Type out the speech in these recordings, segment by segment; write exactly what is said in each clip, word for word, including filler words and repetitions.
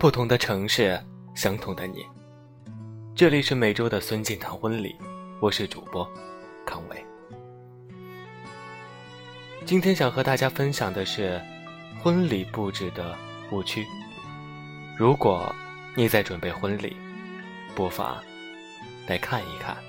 不同的城市，相同的你。这里是每周的孙敬堂婚礼，我是主播康伟。今天想和大家分享的是婚礼布置的误区。如果你在准备婚礼，不妨来看一看。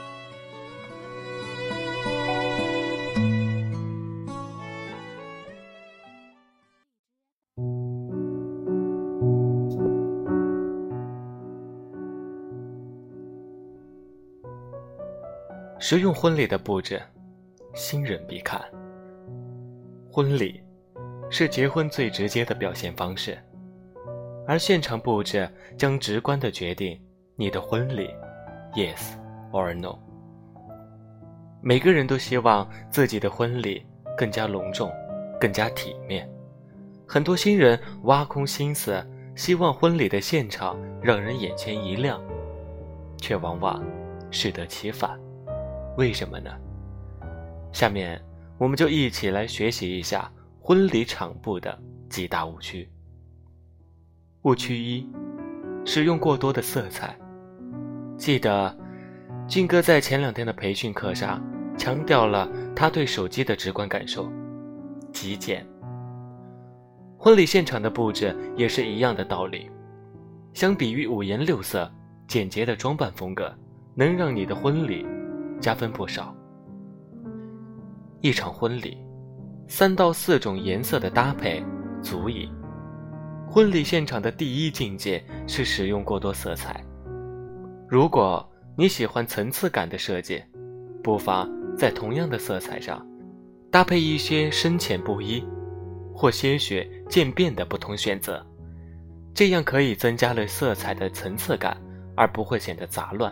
实用婚礼的布置，新人必看。婚礼是结婚最直接的表现方式，而现场布置将直观地决定你的婚礼 yes or no。 每个人都希望自己的婚礼更加隆重，更加体面。很多新人挖空心思，希望婚礼的现场让人眼前一亮，却往往适得其反。为什么呢？下面我们就一起来学习一下婚礼场布的几大误区。误区一，使用过多的色彩。记得俊哥在前两天的培训课上强调了他对手机的直观感受，极简。婚礼现场的布置也是一样的道理，相比于五颜六色简洁的装扮风格，能让你的婚礼加分不少。一场婚礼，三到四种颜色的搭配足矣。婚礼现场的第一境界是使用过多色彩。如果你喜欢层次感的设计，不妨在同样的色彩上搭配一些深浅不一或些许渐变的不同选择，这样可以增加了色彩的层次感，而不会显得杂乱。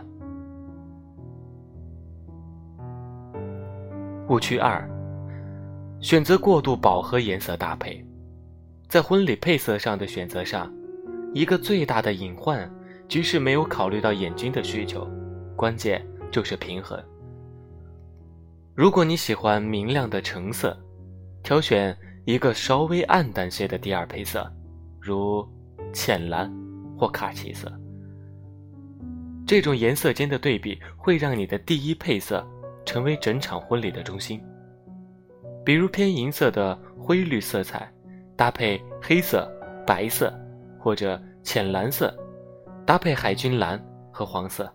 误区二，选择过度饱和颜色搭配。在婚礼配色上的选择上，一个最大的隐患即是没有考虑到眼睛的需求，关键就是平衡。如果你喜欢明亮的橙色，挑选一个稍微暗淡些的第二配色，如浅蓝或卡其色。这种颜色间的对比会让你的第一配色成为整场婚礼的中心。比如偏银色的灰绿色彩搭配黑色、白色，或者浅蓝色搭配海军蓝和黄色。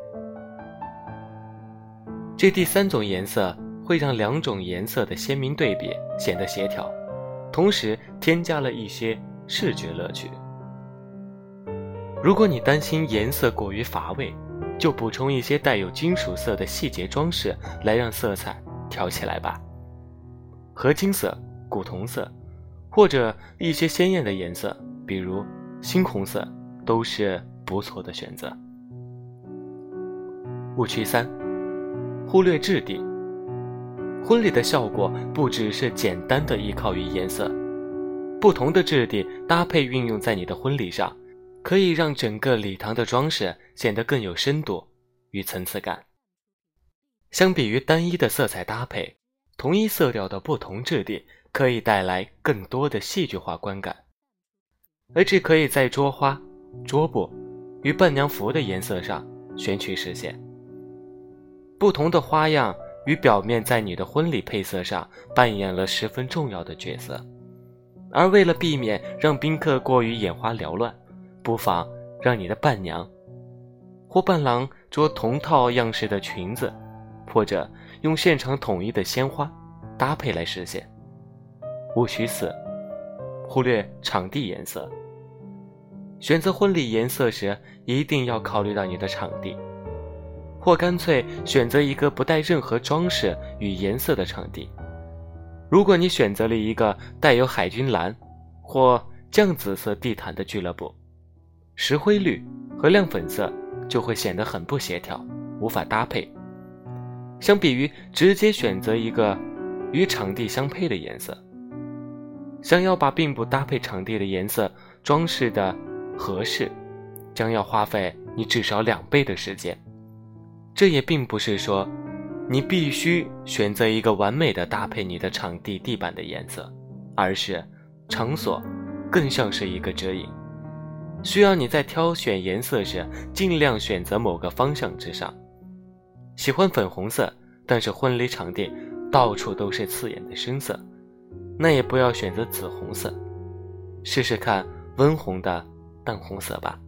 这第三种颜色会让两种颜色的鲜明对比显得协调，同时添加了一些视觉乐趣。如果你担心颜色过于乏味，就补充一些带有金属色的细节装饰来让色彩挑起来吧。合金色、古铜色，或者一些鲜艳的颜色，比如猩红色，都是不错的选择。误区三，忽略质地。婚礼的效果不只是简单的依靠于颜色，不同的质地搭配运用在你的婚礼上，可以让整个礼堂的装饰显得更有深度与层次感。相比于单一的色彩搭配，同一色调的不同质地可以带来更多的戏剧化观感，而这可以在桌花、桌布与伴娘服的颜色上选取实现。不同的花样与表面在你的婚礼配色上扮演了十分重要的角色，而为了避免让宾客过于眼花缭乱，不妨让你的伴娘或伴郎着同套样式的裙子，或者用现场统一的鲜花搭配来实现。误区四，忽略场地颜色。选择婚礼颜色时，一定要考虑到你的场地，或干脆选择一个不带任何装饰与颜色的场地。如果你选择了一个带有海军蓝或酱紫色地毯的俱乐部，石灰绿和亮粉色就会显得很不协调，无法搭配。相比于直接选择一个与场地相配的颜色，想要把并不搭配场地的颜色装饰的合适，将要花费你至少两倍的时间。这也并不是说你必须选择一个完美的搭配你的场地地板的颜色，而是场所更像是一个遮影。 需要你在挑选颜色时尽量选择某个方向之上。喜欢粉红色，但是婚礼场地到处都是刺眼的深色，那也不要选择紫红色，试试看温红的淡红色吧。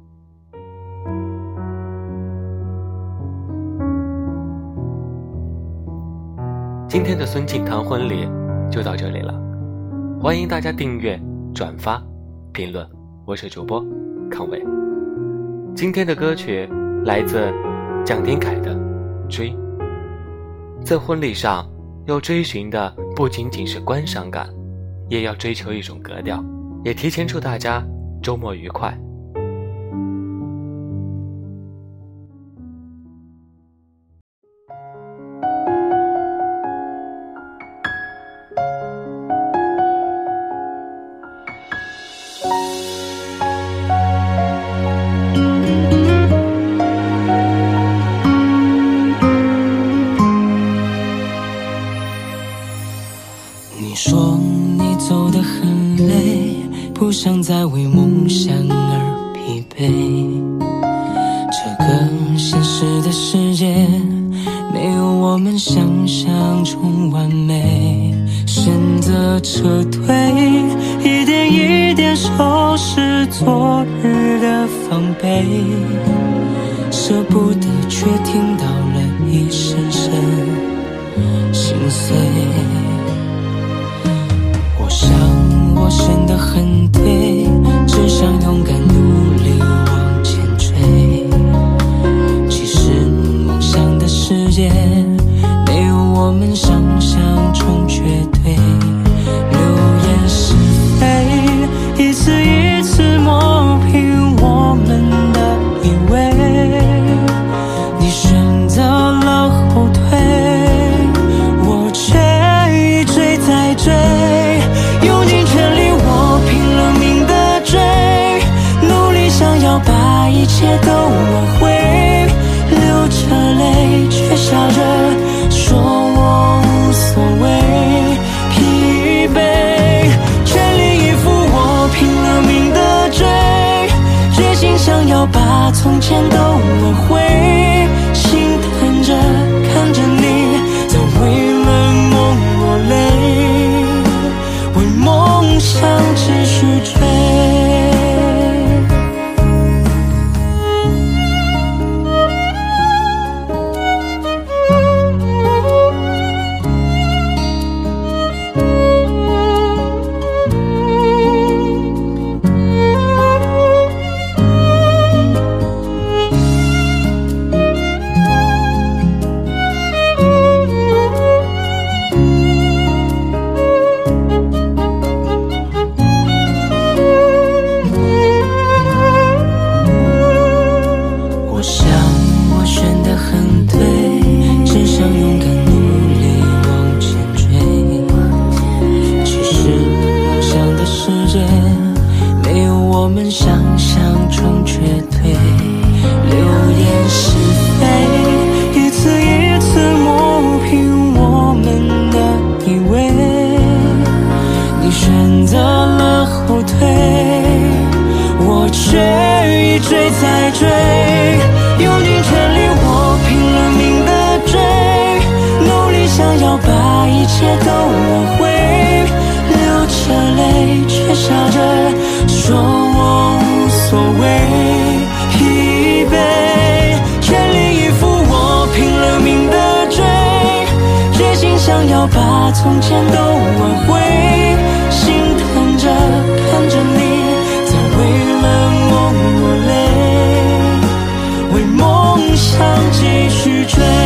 今天的孙静谈婚礼就到这里了，欢迎大家订阅、转发、评论，我是主播康伟。今天的歌曲来自蒋天凯的《追》。在婚礼上要追寻的不仅仅是观赏感，也要追求一种格调。也提前祝大家周末愉快。 你说你走得很累，不想再为梦想而疲惫。这个现实的世界没有我们想象中完美，选择撤退，一点一点收拾昨日的防备，舍不得却听到了一声声心碎。我想我选得很对，只想勇敢努力往前追。其实梦想的世界没有我们想象中绝对，流言是非一次一次磨平我们的以为。你选择了后退，我却一追再追，用尽全力我拼了命的追，努力想要把一切都挽回，流着泪却笑着说我无所谓，疲惫全力以赴我拼了命的追，决心想要把从前都挽回，心疼着看着你在为了梦落泪，为梦想继续追。我们想象中绝对，流言是非一次一次磨平我们的以为。你选择了后退，我却一追再追，用尽全力我拼了命的追，努力想要把一切都挽回，流着泪却笑着说我无所谓，疲惫全力以赴我拼了命的追，决心想要把从前都挽回，心疼着看着你在为了梦落泪，为梦想继续追。